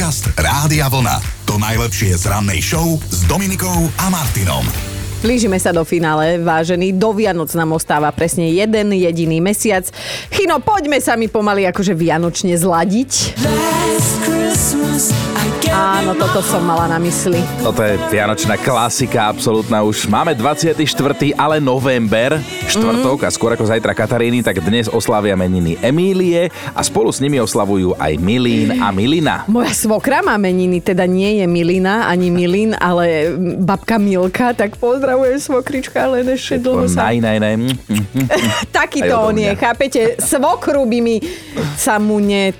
Podcast Rádia Vlna. To najlepšie z rannej show s Dominikou a Martinom. Blížime sa do finále, vážení. Do Vianoc nám ostáva presne jeden jediný mesiac. Chino, poďme sa mi pomaly akože vianočne zladiť. Áno, toto som mala na mysli. Toto je vianočná klasika, absolútna. Už máme 24. ale november, štvrtok a skôr ako zajtra Kataríny, tak dnes oslavia meniny Emílie a spolu s nimi oslavujú aj Milín a Milina. Moja svokra má meniny, teda nie je Milina ani Milín, ale babka Milka, tak pozdravujem svokrička, ale ešte dlho sa... Takýto on je, chápete? Svokru by mi sa mu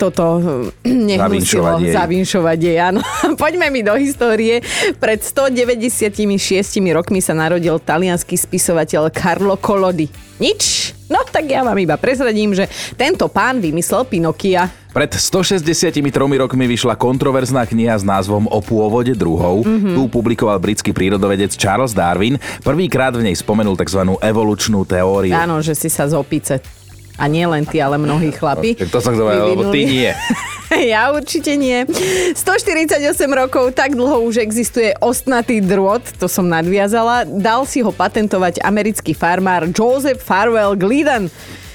nehnusilo zavinšovať jej, áno. Poďme mi do histórie. Pred 196 rokmi sa narodil taliansky spisovateľ Carlo Collodi. Nič? No tak ja vám iba prezradím, že tento pán vymyslel Pinokia. Pred 163 rokmi vyšla kontroverzná kniha s názvom O pôvode druhov. Tu publikoval britský prírodovedec Charles Darwin. Prvýkrát v nej spomenul tzv. Evolučnú teóriu. Áno, že si sa z opice. A nie len ty, ale mnohí chlapi. To som chcel, lebo ty nie. Ja určite nie. 148 rokov, tak dlho už existuje ostnatý drôt, to som nadviazala. Dal si ho patentovať americký farmár Joseph Farwell Glidden.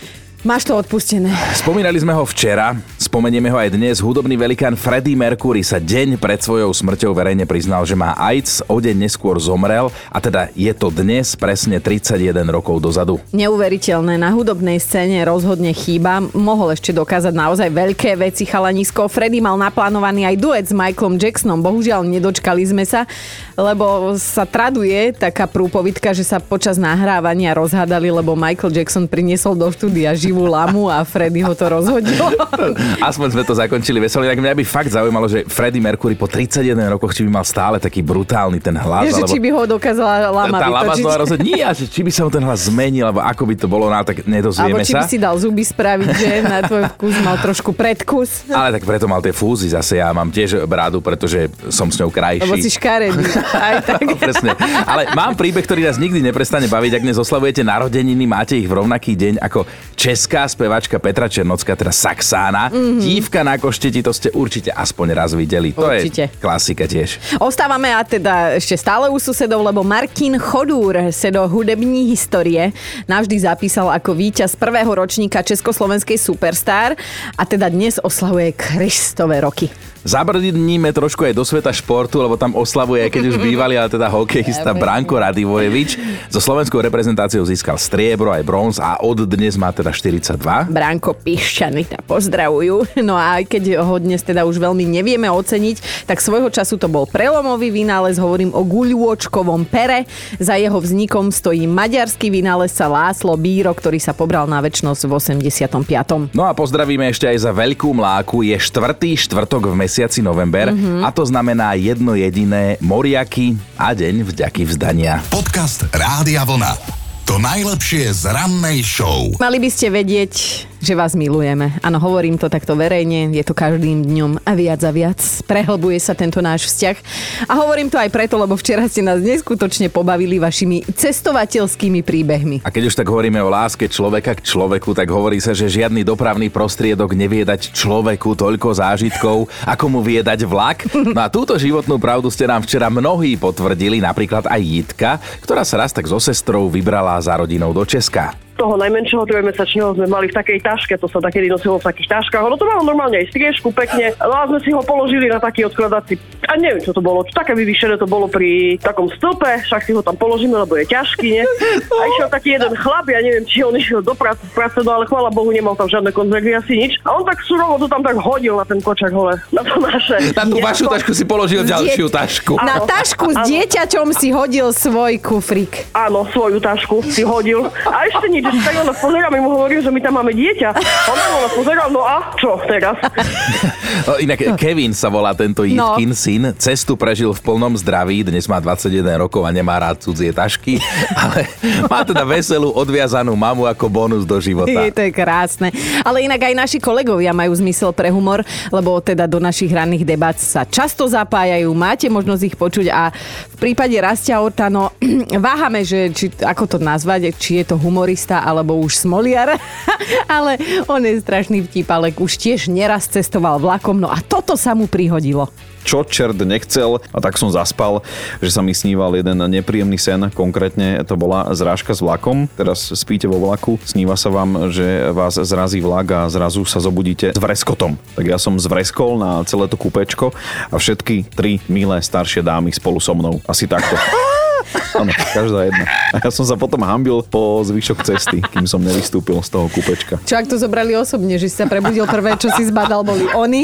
Máš to odpustené. Spomínali sme ho včera, spomenieme ho aj dnes. Hudobný velikán Freddie Mercury sa deň pred svojou smrťou verejne priznal, že má AIDS, o deň neskôr zomrel a teda je to dnes presne 31 rokov dozadu. Neuveriteľné, na hudobnej scéne rozhodne chýba. Mohol ešte dokázať naozaj veľké veci chalanisko. Freddie mal naplánovaný aj duet s Michaelom Jacksonom, bohužiaľ nedočkali sme sa, lebo sa traduje taká prúpovidka, že sa počas nahrávania rozhádali, lebo Michael Jackson priniesol do štúdia živú lamu a Freddie ho to rozhodil. Aspoň sme to zakončili veselo. Inak mňa by fakt zaujímalo, že Freddie Mercury po 31 rokoch, či by mal stále taký brutálny ten hlas. Ježe, či by ho dokázala lama vytočiť. Tá lama znova rozhodne. Nie, či by sa mu ten hlas zmenil, alebo ako by to bolo, tak nedozvieme sa. Alebo či by si dal zuby spraviť, že na tvoj vkus mal trošku predkus. Ale tak preto mal tie fúzy zase. Ja mám tiež brádu, pretože som s ňou krajší. Lebo si škaredý. Aj tak. No, presne. Ale mám príbeh, ktorý nás nikdy neprestane baviť. Ak dnes oslavujete narodeniny, máte ich v rovnaký deň ako česká spevačka Petra Černocká, teda Saxána. Dívka na košteti, to ste určite aspoň raz videli. To určite. Je klasika tiež. Ostávame a teda ešte stále u susedov, lebo Martin Chodúr sa do hudební histórie navždy zapísal ako víťaz prvého ročníka Československej Superstar a teda dnes oslavuje Kristove roky. Zabrdníme trošku aj do sveta športu, lebo tam oslavuje, keď už bývalý, ale teda hokejista Branko Radivojevič. So slovenskou reprezentáciou získal striebro aj bronz a od dnes má teda 42. Branko Pišťany ťa pozdravujú. No a aj keď ho dnes teda už veľmi nevieme oceniť, tak svojho času to bol prelomový vynález, hovorím o guľôčkovom pere. Za jeho vznikom stojí maďarský vynálezca László Bíro, ktorý sa pobral na večnosť v 85. No a pozdravíme ešte aj za Veľkú Mláku. Je štvrtý štvrtok v mesiaci november a to znamená jedno jediné moriaky a deň vďaky vzdania. Podcast Rádia Vlna. To najlepšie z rannej show. Mali by ste vedieť, že vás milujeme. Áno, hovorím to takto verejne, je to každým dňom a viac. Prehlbuje sa tento náš vzťah. A hovorím to aj preto, lebo včera ste nás neskutočne pobavili vašimi cestovateľskými príbehmi. A keď už tak hovoríme o láske človeka k človeku, tak hovorí sa, že žiadny dopravný prostriedok nevie dať človeku toľko zážitkov, ako mu vie dať vlak. No a túto životnú pravdu ste nám včera mnohí potvrdili, napríklad aj Jitka, ktorá sa raz tak so sestrou vybrala za rodinou do Česka. Toho najmenšieho trojmesačného sme mali v takej taške, to sa takedy nosilo v takých taškách. Ono to malo normálne aj striežku pekne, no a sme si ho položili na taký odkladací. A neviem, čo to bolo. Také vyvýšené to bolo pri takom stĺpe, však si ho tam položíme, lebo je ťažký, nie? A išiel taký jeden chlap, ja neviem, či on išiel do práce, no ale chvála Bohu, nemal tam žiadne konzervy, asi nič. A on tak surovo to tam tak hodil na ten kočak hole, na to naše. Na tú vašu tašku si položil ďalšiu tašku. Na tašku s dieťaťom si hodil svoj kufrík. Áno, svoju tašku si hodil. A ešte nič, tak on nás pozeral, my mu hovoril, že my tam máme dieťa. On nás pozeral, no a čo teraz? Inak Kevin sa volá tento Jitkin syn. Cestu prežil v plnom zdraví, dnes má 21 rokov a nemá rád cudzie tašky, ale má teda veselú, odviazanú mamu ako bonus do života. To je krásne. Ale inak aj naši kolegovia majú zmysel pre humor, lebo teda do našich ranných debát sa často zapájajú, máte možnosť ich počuť a v prípade Rastia Orta, no váhame, že či, ako to nazvať, či je to humorista Šimečka alebo už Smoliar. Ale on je strašný vtip, ale už tiež neraz cestoval vlakom, no a toto sa mu prihodilo. Čo čert nechcel a tak som zaspal, že sa mi sníval jeden nepríjemný sen, konkrétne to bola zrážka s vlakom. Teraz spíte vo vlaku, sníva sa vám, že vás zrazí vlak a zrazu sa zobudíte s vreskotom. Tak ja som zvreskol na celé to kúpečko a všetky 3 milé staršie dámy spolu so mnou. Asi takto. Áno, každá jedna. A ja som sa potom hanbil po zvyšok cesty, kým som nevystúpil z toho kúpečka. Čo ak to zobrali osobne, že si sa prebudil prvé, čo si zbadal, boli oni?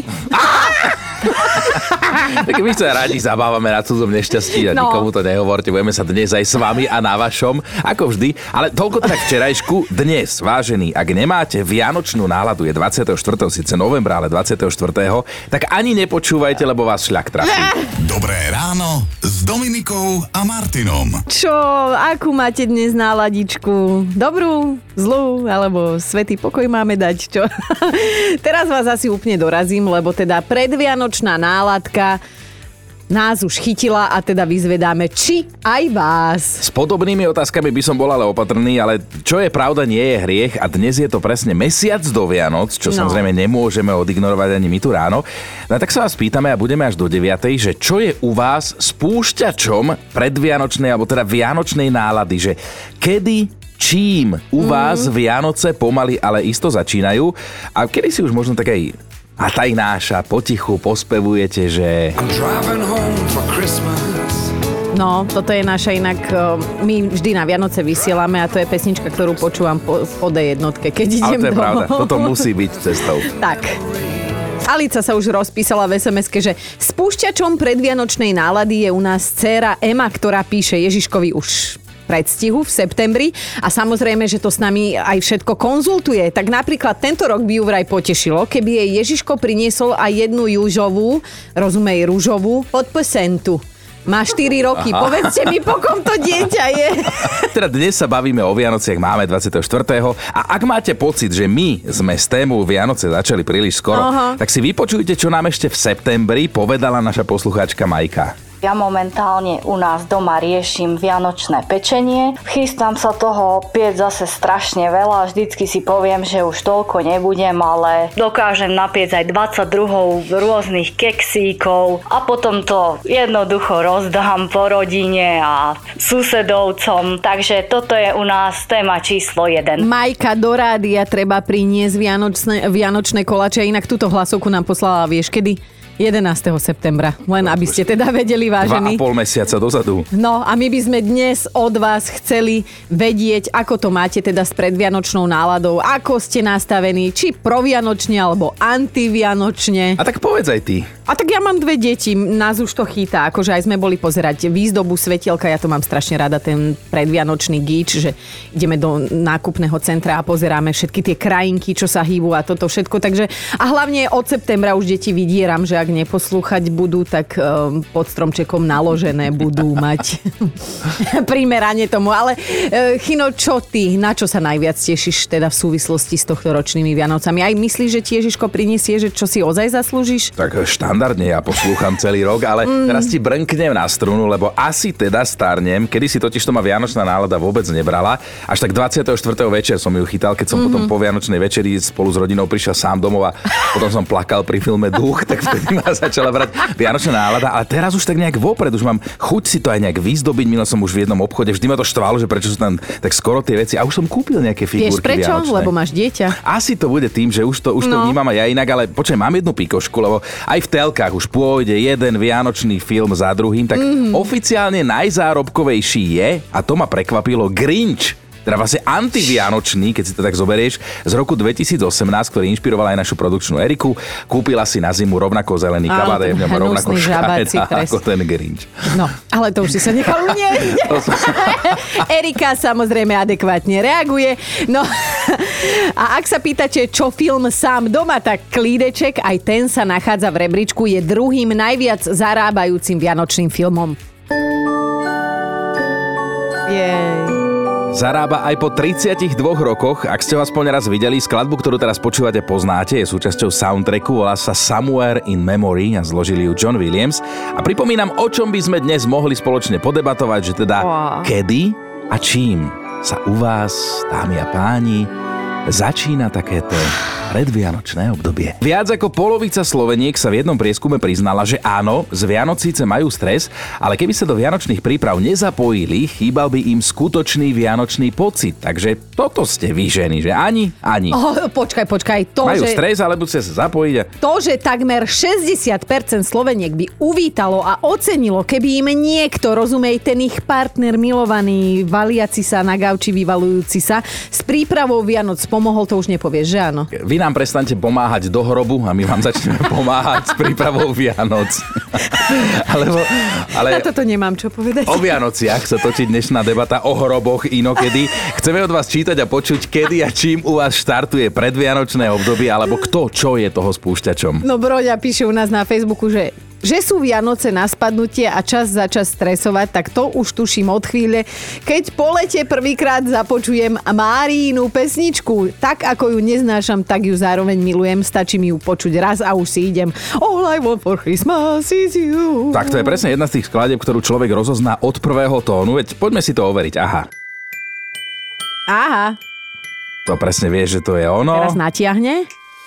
Tak my sa radi zabávame na cudzom nešťastí a nikomu to nehovorte. Budeme sa dnes aj s vami a na vašom, ako vždy. Ale toľko teda k včerajšku. Dnes, vážení, ak nemáte vianočnú náladu, je 24. síce novembra, ale 24. tak ani nepočúvajte, lebo vás šľak trafí. Dobré ráno s Dominikou a Martinom. Čo, akú máte dnes náladičku? Dobrú, zlú, alebo svätý pokoj máme dať, čo? Teraz vás asi úplne dorazím, lebo teda predvianočná náladka nás už chytila a teda vyzvedáme, či aj vás. S podobnými otázkami by som bol ale opatrný, ale čo je pravda, nie je hriech a dnes je to presne mesiac do Vianoc, čo samozrejme nemôžeme odignorovať ani my tu ráno. No tak sa vás pýtame a budeme až do 9:00, že čo je u vás spúšťačom predvianočnej alebo teda vianočnej nálady, že kedy čím u vás Vianoce pomaly, ale isto začínajú a kedy si už možno tak aj a tajnáša, potichu pospevujete, že... No, toto je naša inak... My vždy na Vianoce vysielame a to je pesnička, ktorú počúvam po D1, keď idem domov. Ale to je pravda, toto musí byť cestou. Tak. Alica sa už rozpísala v SMS-ke, že spúšťačom predvianočnej nálady je u nás dcéra Ema, ktorá píše Ježiškovi už predstihu v septembri a samozrejme, že to s nami aj všetko konzultuje. Tak napríklad tento rok by ju vraj potešilo, keby jej Ježiško priniesol aj jednu rúžovú, rozumej rúžovú, podpesentu. Má 4 roky. Aha. Povedzte mi, po kom to dieťa je. Teda dnes sa bavíme o Vianociach, máme 24. A ak máte pocit, že my sme s tému Vianoce začali príliš skoro, tak si vypočujte, čo nám ešte v septembri povedala naša poslucháčka Majka. Ja momentálne u nás doma riešim vianočné pečenie. Chystám sa toho piec zase strašne veľa. Vždycky si poviem, že už toľko nebudem, ale dokážem napiecť aj 22 rôznych keksíkov a potom to jednoducho rozdám po rodine a susedovcom. Takže toto je u nás téma číslo 1. Majka, do rádia treba priniesť vianočné koláče. Inak túto hlasovku nám poslala, vieš kedy? 11. septembra, len aby ste teda vedeli, vážení. 2,5 mesiaca dozadu. No a my by sme dnes od vás chceli vedieť, ako to máte teda s predvianočnou náladou, ako ste nastavení, či provianočne alebo antivianočne. A tak povedz aj ty. A tak ja mám 2 deti, nás už to chýta, akože aj sme boli pozerať výzdobu svetielka, ja to mám strašne rada, ten predvianočný gíč, že ideme do nákupného centra a pozeráme všetky tie krajinky, čo sa hýbu a toto všetko, takže a hlavne od septembra už deti vydieram, že ak neposlúchať budú, tak pod stromčekom naložené budú mať primerane tomu, ale Chino, čo ty, na čo sa najviac tešíš teda v súvislosti s tohto ročnými Vianocami? Aj myslíš, že ti Ježiško prinesie, že čo si ozaj zaslúžiš? Tak štandardne ja poslúcham celý rok, ale teraz ti brnknem na strunu, lebo asi teda starnem, kedy si totiž to ma vianočná nálada vôbec nebrala. Až tak 24. večer som ju chytal, keď som potom po vianočnej večeri spolu s rodinou prišiel sám domov a potom som plakal pri filme Duch, tak vtedy ma začala brať vianočná nálada, ale teraz už tak nejak vopred, už mám chuť si to aj nejak vyzdobiť, minul som už v jednom obchode, vždy ma to štvalo, že prečo sú tam tak skoro tie veci a už som kúpil nejaké figurky. Vieš prečo? Vianočné. Lebo máš dieťa. Asi to bude tým, že už to vnímam aj ja inak, ale počkaj, mám jednu pikošku, lebo aj v telkách už pôjde jeden vianočný film za druhým, tak oficiálne najzárobkovejší je, a to ma prekvapilo, Grinch. Teda vlastne antivianočný, keď si to tak zoberieš, z roku 2018, ktorý inšpiroval aj našu produkčnú Eriku. Kúpila si na zimu rovnako zelený kabát a je v ňom rovnako škaredá ako ten Grinch. No, ale to už si sa nechal unieť. Erika samozrejme adekvátne reaguje. No a ak sa pýtate, čo film Sám doma, tak klídeček, aj ten sa nachádza v rebríčku, je druhým najviac zarábajúcim vianočným filmom. Jej. Zarába aj po 32 rokoch. Ak ste ho aspoň raz videli, skladbu, ktorú teraz počúvate, poznáte, je súčasťou soundtracku, volá sa Somewhere in Memory a zložili ju John Williams. A pripomínam, o čom by sme dnes mohli spoločne podebatovať, že teda kedy a čím. sa u vás, dámy a páni, začína takéto predvianočné obdobie. Viac ako polovica Sloveniek sa v jednom prieskume priznala, že áno, z Vianoc síce majú stres, ale keby sa do vianočných príprav nezapojili, chýbal by im skutočný vianočný pocit. Takže toto ste vy ženy, že ani. Počkaj. Majú stres, alebo sa zapojiť a... To, že takmer 60% Sloveniek by uvítalo a ocenilo, keby im niekto, rozumej, ten ich partner milovaný, valiaci sa na gauči, vyvalujúci sa, s prípravou Vianoc pomohol, to už nepovieš, že áno? Vy nám prestaňte pomáhať do hrobu a my vám začneme pomáhať s prípravou Vianoc. Ale na toto nemám čo povedať. O Vianociach sa točí dnešná debata, o hroboch inokedy. Chceme od vás čítať a počuť, kedy a čím u vás štartuje predvianočné obdobie, alebo kto, čo je toho spúšťačom. No Broďa píše u nás na Facebooku, že sú Vianoce na spadnutie a čas za čas stresovať, tak to už tuším od chvíle, keď po lete prvýkrát započujem Máriinu pesničku. Tak ako ju neznášam, tak ju zároveň milujem. Stačí mi ju počuť raz a už si idem. All I want for Christmas is you. Tak to je presne jedna z tých skladieb, ktorú človek rozozná od prvého tónu. Veď poďme si to overiť. Aha. To presne vieš, že to je ono. Teraz natiahne.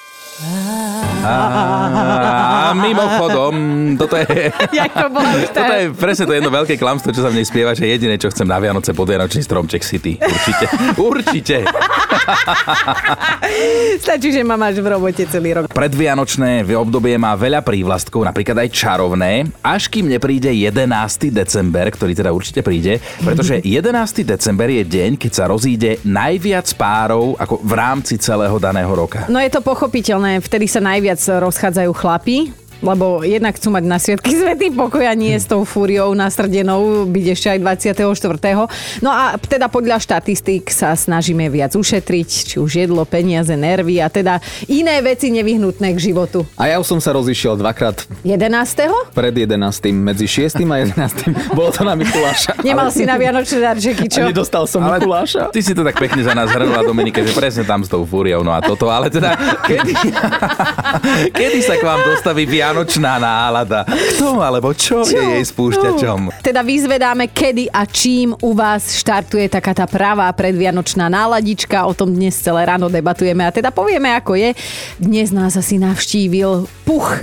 A mimochodom, toto je presne to jedno veľké klamstvo, čo sa v nej spieva, že jediné, čo chcem na Vianoce, podvianočný stromček City. Určite. Stačí, že ma máš v robote celý rok. Predvianočné obdobie má veľa prívlastkov, napríklad aj čarovné, až kým nepríde 11. december, ktorý teda určite príde, pretože 11. december je deň, keď sa rozíde najviac párov ako v rámci celého daného roka. No je to pochopiteľné, vtedy sa najviac rozchádzajú chlapi, lebo jednak chcú mať na sviatky svätý pokoj a nie s tou fúriou nastrdenou byť ešte aj 24. No a teda podľa štatistík sa snažíme viac ušetriť, či už jedlo, peniaze, nervy a teda iné veci nevyhnutné k životu. A ja už som sa rozišiel dvakrát. 11. Pred 11. Medzi 6. a 11. Bolo to na Mikuláša. Nemal si na vianočné darčeky, čo? A nedostal som Mikuláša. Ty si to tak pekne za nás hrnula, Dominika, že presne tam s tou fúriou, no a toto, ale teda kedy sa k vám dostaví vianočná nálada? Kto alebo čo je jej spúšťačom? Teda vyzvedáme, kedy a čím u vás štartuje taká tá pravá predvianočná náladička. O tom dnes celé ráno debatujeme a teda povieme, ako je. Dnes nás asi navštívil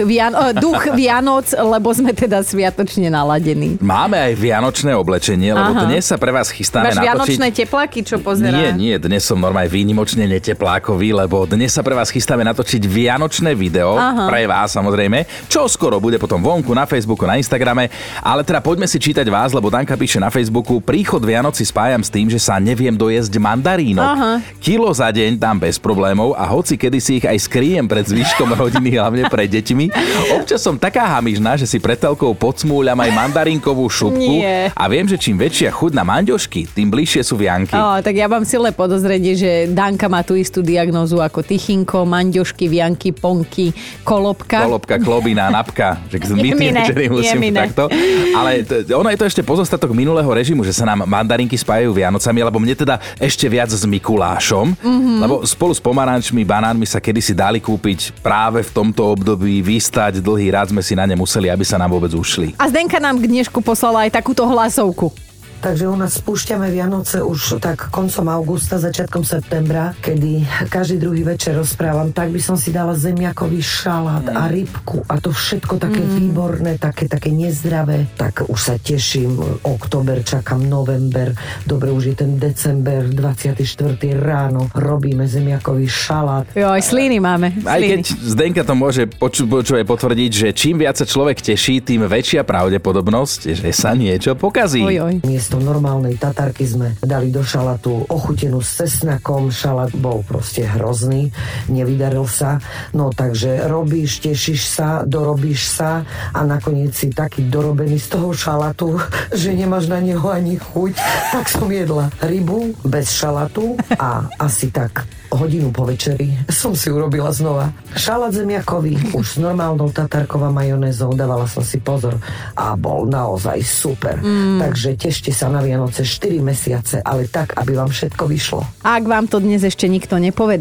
duch Vianoc, lebo sme teda sviatočne naladení. Máme aj vianočné oblečenie, lebo dnes sa pre vás chystáme natočiť... Máš vianočné tepláky, čo pozerá? Nie, dnes som normálne výnimočne neteplákový, lebo dnes sa pre vás chystáme natočiť vianočné video, pre vás samozrejme, čo skoro bude potom vonku na Facebooku, na Instagrame, ale teda poďme si čítať vás, lebo Danka píše na Facebooku: príchod Vianoci spájam s tým, že sa neviem dojesť mandarínok. Kilo za deň dám bez problémov a hoci kedy si ich aj skriem pred zvyškom rodiny, hlavne pred deťmi. Občas som taká hamižná, že si pred telkou podsmúľam aj mandarinkovú šupku. A viem, že čím väčšia chuť na manďošky, tým bližšie sú vianky. Tak ja mám silné podozrenie, že Danka má tú istú diagnózu ako Tychinko, manďošky, vianky, ponky, kolobka, klobina, napka, že my tínedžeri musíme takto. Ale ono je to ešte pozostatok minulého režimu, že sa nám mandarinky spájajú Vianocami, alebo mne teda ešte viac s Mikulášom, lebo spolu s pomarančmi, banánmi sa kedysi dali kúpiť práve v tomto období, vystať dlhý rád sme si na ne museli, aby sa nám vôbec ušli. A Zdenka nám k dnešku poslala aj takúto hlasovku. Takže u nás spúšťame Vianoce už tak koncom augusta, začiatkom septembra, kedy každý druhý večer rozprávam, tak by som si dala zemiakový šalát a rybku a to všetko také výborné, také nezdravé. Tak už sa teším, október, čakám november, dobre, už je ten december, 24. ráno, robíme zemiakový šalát. Jo, aj sliny máme. Aj keď Zdenka to môže potvrdiť, že čím viac sa človek teší, tým väčšia pravdepodobnosť, že sa niečo pokazí. Miesto normálnej tatarky sme dali do šalatu ochutenú s cesnakom. Šalát bol proste hrozný, nevydaril sa. No takže robíš, tešíš sa, dorobíš sa a nakoniec si taký dorobený z toho šalatu, že nemáš na neho ani chuť. Tak som jedla rybu bez šalatu a asi tak hodinu po večeri som si urobila znova šalát zemiakový, už s normálnou tatarkovou majonézou, dávala som si pozor a bol naozaj super. Takže tešte sa na Vianoce 4 mesiace, ale tak, aby vám všetko vyšlo. Ak vám to dnes ešte nikto nepovedal,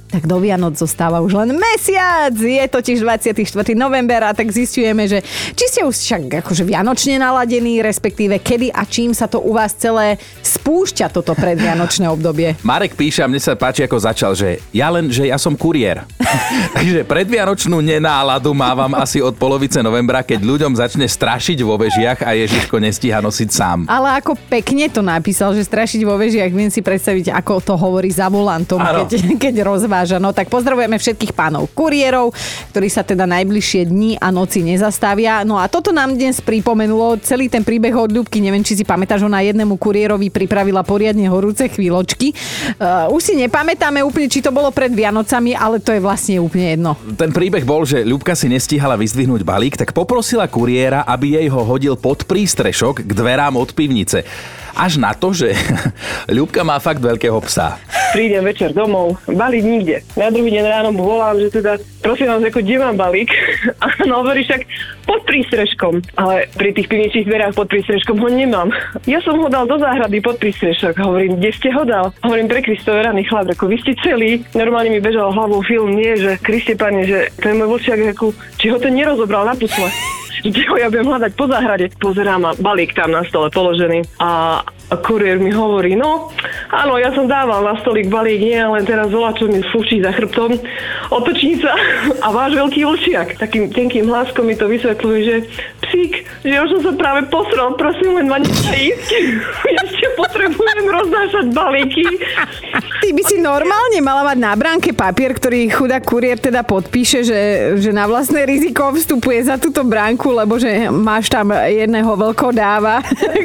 tak do Vianoc zostáva už len mesiac. Je totiž 24. november a tak zisťujeme, že či ste už však akože vianočne naladení, respektíve kedy a čím sa to u vás celé spúšťa toto predvianočné obdobie. Marek píše a mne sa páči, ako začal, že ja som kuriér. Takže predvianočnú nenáladu mávam asi od polovice novembra, keď ľuďom začne strašiť vo vežiach a Ježiško nestíha nosiť sám. Ale ako pekne to napísal, že strašiť vo vežiach, viem si predstaviť, ako to hovorí za volantom, keď rozváža. No tak pozdravujeme všetkých pánov kuriérov, ktorí sa teda najbližšie dni a noci nezastavia. No a toto nám dnes pripomenulo celý ten príbeh od Ľubky. Neviem, či si pamätáš, ona jednému kuriérovi pripravila poriadne horúce chvíľočky. Už si nepamätáme úplne, či to bolo pred Vianocami, ale to je vlastne úplne jedno. Ten príbeh bol, že Ľubka si nestíhala vyzdvihnúť balík, tak poprosila kuriéra, aby jej ho hodil pod prístrešok k dverám od pivnice. Až na to, že Ľubka má fakt veľkého psa. Prídem večer domov, balík nikde. Na druhý deň ráno mu volám, že teda prosím vás, kde mám balík? A no hovorí však pod prístreškom. Ale pri tých pivničných dverách pod prístreškom ho nemám. Ja som ho dal do záhrady pod prístrešok. Hovorím, kde ste ho dal? Hovorím, pre Kristove raný chlap, ako vy ste celý. Normálne mi bežal hlavou film, nie, že Kriste pane, že to je môj vlčiak, či ho ten nerozobral na pucle. Kde ho ja budem hľadať po záhrade. Pozerám a balík tam na stole položený. A kuriér mi hovorí, no áno, ja som dával na stolík balík, nie, len teraz volá, čo mi fučí za chrbtom. Otočí sa a váš veľký vlčiak. Takým tenkým hláskom mi to vysvetľuje, že psík, že už som sa práve posral, prosím, len ma nechá ísť. Ja ešte potrebujem roznášať balíky. Ty by si normálne mala mať na bránke papier, ktorý chudák kuriér teda podpíše, že na vlastné riziko vstupuje za túto bránku, lebo že máš tam jedného veľkodáva,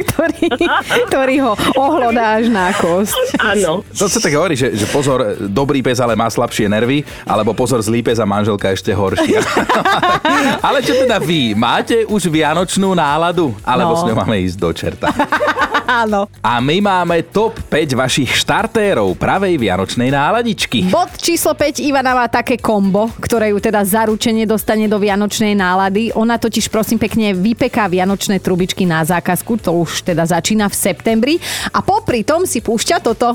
ktorý ho ohľadá až na kosť. Áno. To sa tak hovorí, že pozor, dobrý pes, ale má slabšie nervy, alebo pozor, zlý pes a manželka ešte horšia. Ale čo teda vy? Máte už vianočnú náladu? Alebo s ňou máme ísť do čerta? Áno. A my máme top 5 vašich štartérov pravej vianočnej náladičky. Bod číslo 5, Ivana má také kombo, ktoré ju teda zaručene dostane do vianočnej nálady. Ona totiž prosím pekne vypeká vianočné trubičky na zákazku, to už teda začína v septembri. A popri tom si púšťa toto.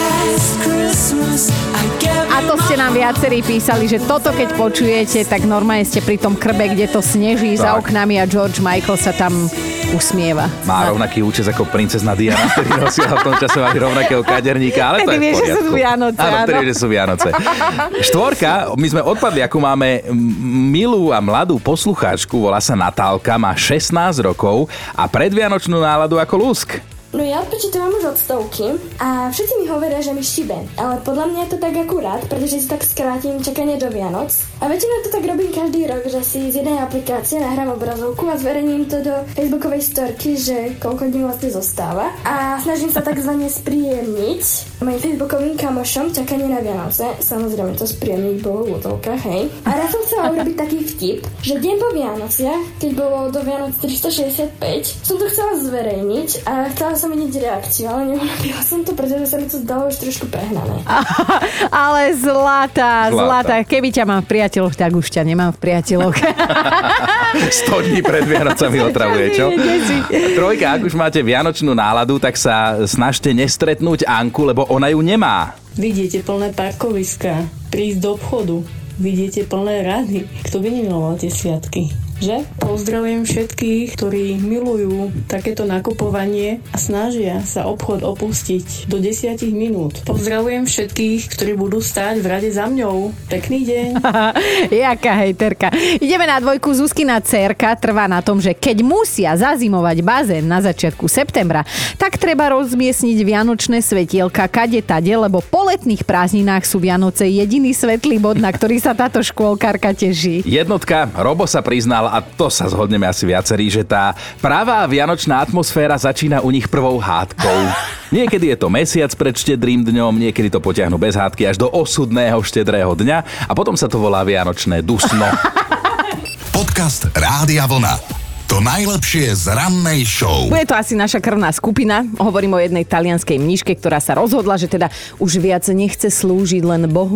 A to ste nám viacerí písali, že toto keď počujete, tak normálne ste pri tom krbe, kde to sneží za oknami a George Michael sa tam usmieva. Má rovnaký účes ako princezna Diana, ktorý nosila v tom čase mali rovnakého kaderníka, ale to je v poriadku. Že sú Vianoce, áno. Že sú Vianoce. Štvorka, my sme odpadli, ako máme milú a mladú poslucháčku, volá sa Natálka, má 16 rokov a predvianočnú náladu ako lúsk. No ja prečítam už od stovky a všetci mi hovoria, že mi šibe, ale podľa mňa je to tak akurát, pretože si tak skrátim čakanie do Vianoc. A väčšinou to tak robím každý rok, že si z jednej aplikácie nahrám obrazovku a zverejním to do facebookovej storky, že koľko dní vlastne zostáva. A snažím sa takzvané spríjemniť mojim facebookovým kamošom čakanie na Vianoce. Samozrejme to spríjemniť bolo v útovkách, hej. A raz som chcela urobiť taký vtip, že deň po Vianociach, keď bolo do Vianoc 365, som to chcela zverejniť a chcela som vidieť reakciu, ale neurobila som to, pretože sa mi to zdalo už trošku prehnané. Ale zlatá. Keby ťa mám v priateľoch, tak už ťa nemám v priateľoch. 100 dní pred Vianocami otravuje, čo? Trojka, ak už máte vianočnú náladu, tak sa snažte nestretnúť Anku, lebo ona ju nemá. Vidíte plné parkoviská, prísť do obchodu, vidíte plné rady. Kto by nemiloval tie sviatky? Že? Pozdravujem všetkých, ktorí milujú takéto nakupovanie a snažia sa obchod opustiť do 10 minút. Pozdravujem všetkých, ktorí budú stáť v rade za mňou. Pekný deň. Jaká hejterka. Ideme na dvojku. Zuzkina dcérka trvá na tom, že keď musia zazimovať bazén na začiatku septembra, tak treba rozmiestniť vianočné svetielka kade tade, lebo po letných prázdninách sú Vianoce jediný svetlý bod, na ktorý sa táto škôlkarka teší. Jednotka, Robo sa priznal, a to sa zhodneme asi viacerí, že tá pravá vianočná atmosféra začína u nich prvou hádkou. Niekedy je to mesiac pred štedrým dňom, niekedy to potiahnu bez hádky až do osudného štedrého dňa a potom sa to volá vianočné dusno. Podcast Rádia Vlna. To najlepšie z rannej show. Bude to asi naša krvná skupina. Hovorím o jednej talianskej mníške, ktorá sa rozhodla, že teda už viac nechce slúžiť len Bohu,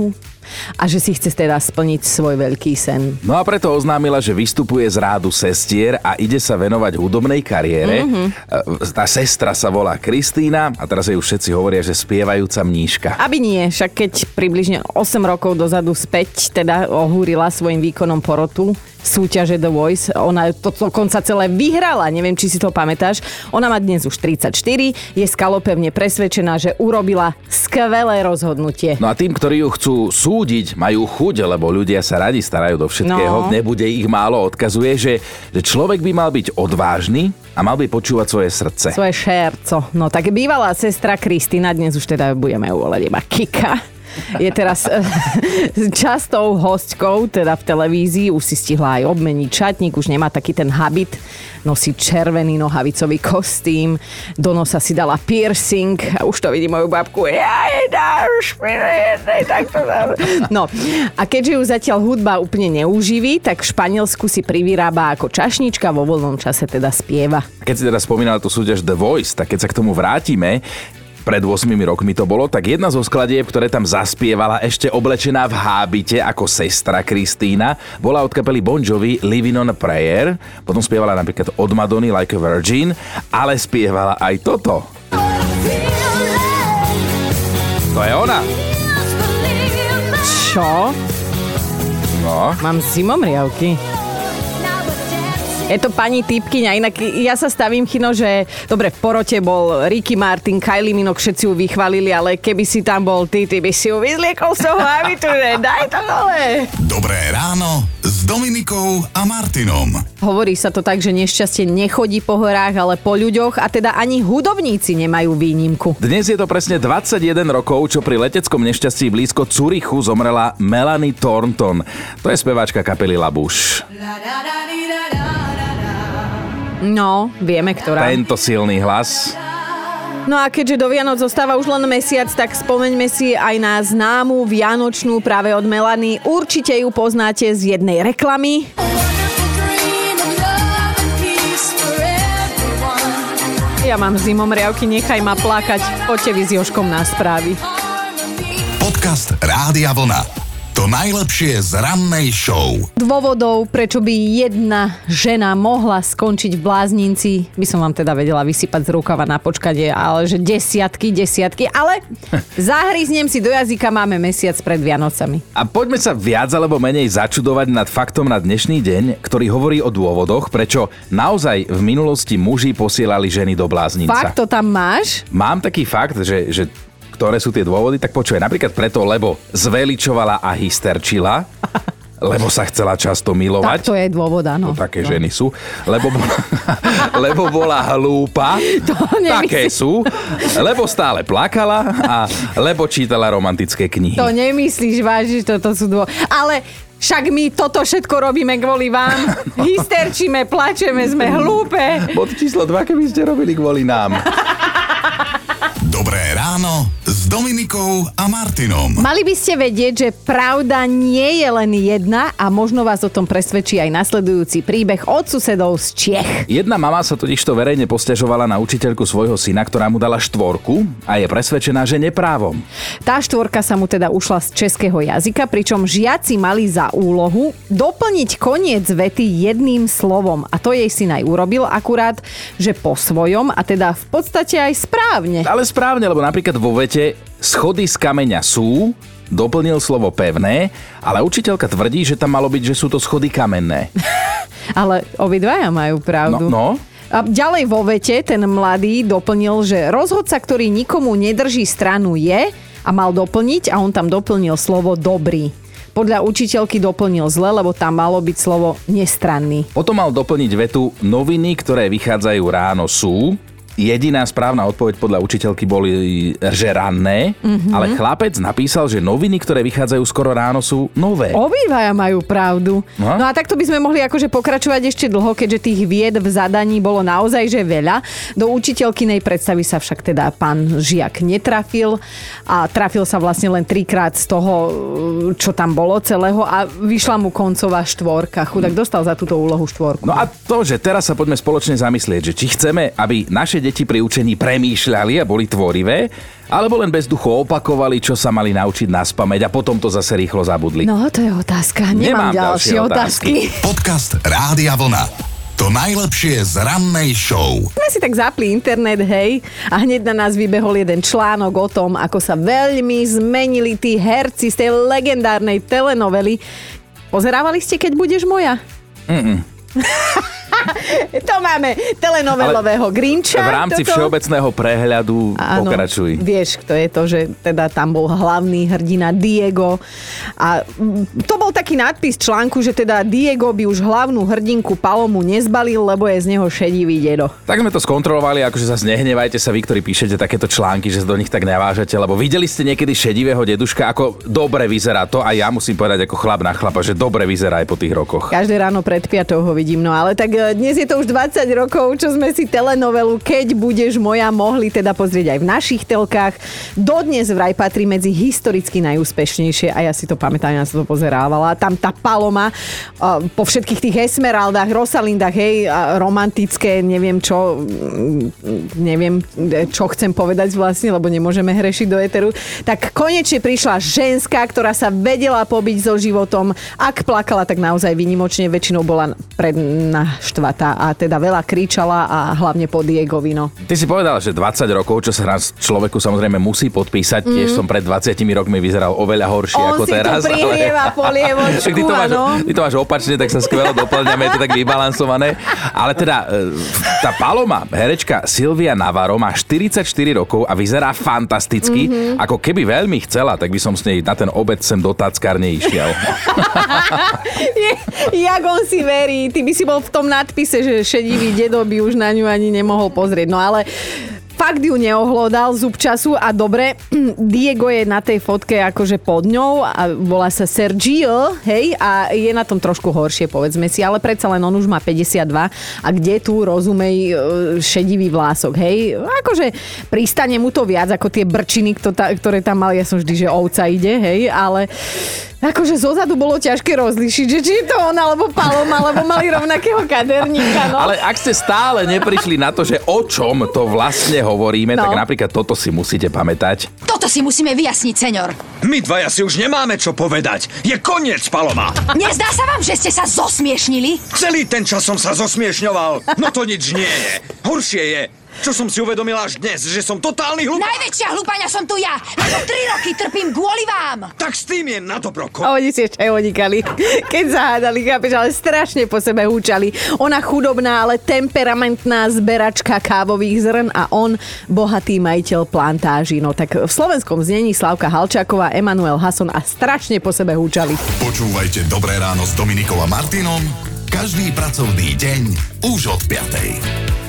a že si chce teda splniť svoj veľký sen. No a preto oznámila, že vystupuje z rádu sestier a ide sa venovať hudobnej kariére. Tá sestra sa volá Kristína a teraz jej už všetci hovoria, že spievajúca mníška. Aby nie, však keď približne 8 rokov dozadu späť teda ohúrila svojim výkonom porotu súťaže The Voice. Ona to dokonca celé vyhrala, neviem, či si to pamätáš. Ona má dnes už 34, je skalopevne presvedčená, že urobila skvelé rozhodnutie. No a tým, ktorí ju chcú súdiť, majú chuť, lebo ľudia sa radi starajú do všetkého, nebude ich málo, odkazuje, že človek by mal byť odvážny a mal by počúvať svoje srdce. Svoje šerco. No tak bývalá sestra Kristína, dnes už teda budeme ju volať iba Kika, je teraz častou hostkou teda v televízii, už si stihla aj obmeniť šatník, už nemá taký ten habit, nosí červený nohavicový kostým, do nosa si dala piercing a už to vidí moju babku. No a keďže ju zatiaľ hudba úplne neuživí, tak v Španielsku si privyrába ako čašnička, vo voľnom čase teda spieva. Keď si teda spomínala tú súťaž The Voice, tak keď sa k tomu vrátime, pred 8 rokmi to bolo, tak jedna zo skladieb, ktoré tam zaspievala ešte oblečená v hábite ako sestra Kristína, bola od kapely Bon Jovi Living on a Prayer, potom spievala napríklad od Madony Like a Virgin, ale spievala aj toto. To je ona. Čo? No. Mám zimomriavky. Je to pani typkyňa, inak ja sa stavím, Chino, že dobre, v porote bol Ricky Martin, Kylie Minogue, všetci ju vychválili, ale keby si tam bol ty by si ju vyzliekol z toho habitu, daj to dole. Dobré ráno s Dominikou a Martinom. Hovorí sa to tak, že nešťastie nechodí po horách, ale po ľuďoch a teda ani hudobníci nemajú výnimku. Dnes je to presne 21 rokov, čo pri leteckom nešťastí blízko Curychu zomrela Melanie Thornton. To je speváčka kapely La Bouche. No, vieme, ktorá. Tento silný hlas. No a keďže do Vianoc zostáva už len mesiac, tak spomeňme si aj na známu vianočnú práve od Melanie. Určite ju poznáte z jednej reklamy. Ja mám zimomriavky, nechaj ma plakať. Poďte vy s Jožkom na správy. Podcast Rádia Vlna. To najlepšie z rannej show. Dôvodov, prečo by jedna žena mohla skončiť v bláznici, by som vám teda vedela vysypať z rukava na počkanie, ale že desiatky, ale zahryznem si do jazyka, máme mesiac pred Vianocami. A poďme sa viac alebo menej začudovať nad faktom na dnešný deň, ktorý hovorí o dôvodoch, prečo naozaj v minulosti muži posielali ženy do bláznica. Fakt to tam máš? Mám taký fakt, že ktoré sú tie dôvody, tak počuj, napríklad preto, lebo zveličovala a hysterčila, lebo sa chcela často milovať. Tak to je dôvod, áno. To také ženy sú. Lebo bola hlúpa. Také sú. Lebo stále plakala a lebo čítala romantické knihy. To nemyslíš vážne, toto sú dôvody. Ale však my toto všetko robíme kvôli vám. Hysterčíme, plačeme, sme hlúpe. Bod číslo 2, keby ste robili kvôli nám. Dobré ráno s Dominikou a Martinom. Mali by ste vedieť, že pravda nie je len jedna a možno vás o tom presvedčí aj nasledujúci príbeh od susedov z Čiech. Jedna mama sa totižto verejne posťažovala na učiteľku svojho syna, ktorá mu dala 4 a je presvedčená, že neprávom. Tá 4 sa mu teda ušla z českého jazyka, pričom žiaci mali za úlohu doplniť koniec vety jedným slovom. A to jej syn aj urobil, akurát, že po svojom a teda v podstate aj správne. Ale správne, lebo napríklad vo vete schody z kameňa sú, doplnil slovo pevné, ale učiteľka tvrdí, že tam malo byť, že sú to schody kamenné. Ale obidvaja majú pravdu. No. A ďalej vo vete ten mladý doplnil, že rozhodca, ktorý nikomu nedrží stranu je a mal doplniť a on tam doplnil slovo dobrý. Podľa učiteľky doplnil zle, lebo tam malo byť slovo nestranný. Potom mal doplniť vetu noviny, ktoré vychádzajú ráno sú. Jediná správna odpoveď podľa učiteľky boli, že ranné, ale chlapec napísal, že noviny, ktoré vychádzajú skoro ráno, sú nové. Obidvaja majú pravdu. No a takto by sme mohli akože pokračovať ešte dlho, keďže tých vied v zadaní bolo naozaj že veľa. Do učiteľkynej predstavy sa však teda pán žiak netrafil a trafil sa vlastne len 3-krát z toho, čo tam bolo celého a vyšla mu koncová 4. Chudák dostal za túto úlohu 4. No a to, že teraz sa poďme spoločne zamyslieť, že či chceme, aby naše deti pri učení premýšľali a boli tvorivé, alebo len bezducho opakovali, čo sa mali naučiť naspamäť a potom to zase rýchlo zabudli? No, to je otázka. Nemám ďalšie otázky. Podcast Rádia Vlna. To najlepšie z rannej show. My si tak zapli internet, hej, a hneď na nás vybehol jeden článok o tom, ako sa veľmi zmenili tí herci z tej legendárnej telenovely. Pozerávali ste Keď budeš moja? To máme telenovelového Grinča. V rámci všeobecného prehľadu pokračuj. Vieš, kto je to, že teda tam bol hlavný hrdina Diego. A to bol taký nadpis článku, že teda Diego by už hlavnú hrdinku Palomu nezbalil, lebo je z neho šedivý dedo. Tak sme to skontrolovali, akože zase nehnevajte sa vy, ktorí píšete takéto články, že do nich tak navážete, lebo videli ste niekedy šedivého deduška, ako dobre vyzerá to, a ja musím povedať ako chlap na chlapa, že dobre vyzerá aj po tých rokoch. Každé ráno pred 5 ho vidím, no ale tak dnes je to už 20 rokov, čo sme si telenovelu Keď budeš moja mohli teda pozrieť aj v našich telkách. Dodnes vraj patrí medzi historicky najúspešnejšie a ja si to pamätám, ja som to pozerávala. Tam tá Paloma po všetkých tých Esmeraldách, Rosalindách, hej, romantické, neviem čo chcem povedať vlastne, lebo nemôžeme hrešiť do éteru. Tak konečne prišla ženská, ktorá sa vedela pobiť so životom. Ak plakala, tak naozaj výnimočne, väčšinou bola naštvatá a teda veľa kričala a hlavne po Diegovi, no. Ty si povedal, že 20 rokov, čo sa raz človeku samozrejme musí podpísať, tiež som pred 20 rokmi vyzeral oveľa horšie ako teraz. On si tu prihrieva polievočku, áno. Ty to máš opačne, tak sa skvelo doplňame, je to tak vybalansované. Ale teda tá Paloma, herečka Silvia Navarro, má 44 rokov a vyzerá fantasticky. Ako keby veľmi chcela, tak by som s nej na ten obed sem do Tackárne išiel. Jak on si verí, ty by si bol v tom nadpise, že šedivý dedo by už na ňu ani nemohol pozrieť. No ale fakt ju neohlodal zub času a dobre, Diego je na tej fotke akože pod ňou a volá sa Sergio, hej, a je na tom trošku horšie, povedzme si, ale predsa len on už má 52 a kde tu, rozumej, šedivý vlások, hej. Akože pristane mu to viac ako tie brčiny, ktoré tam mal, ja som vždy, že ovca ide, hej, ale akože zozadu bolo ťažké rozlíšiť, že či je to on alebo Paloma, alebo mali rovnakého kaderníka, no. Ale ak ste stále neprišli na to, že o čom to vlastne hovoríme, tak napríklad toto si musíte pamätať. Toto si musíme vyjasniť, seňor. My dvaja si už nemáme čo povedať. Je koniec, Paloma. Nezdá sa vám, že ste sa zosmiešnili? Celý ten čas som sa zosmiešňoval. No to nič nie je. Horšie je, čo som si uvedomila až dnes, že som totálny hlupák. Najväčšia hlupáňa som tu ja, lebo 3 roky trpím kvôli vám. Tak s tým je na to broko. A oni si ešte aj onikali, keď zahádali, chápeš, ale strašne po sebe húčali. Ona chudobná, ale temperamentná zberačka kávových zrn a on bohatý majiteľ plantáží. No tak v slovenskom znení Slavka Halčáková, Emanuel Hason a strašne po sebe húčali. Počúvajte Dobré ráno s Dominikou a Martinom každý pracovný deň už od 5.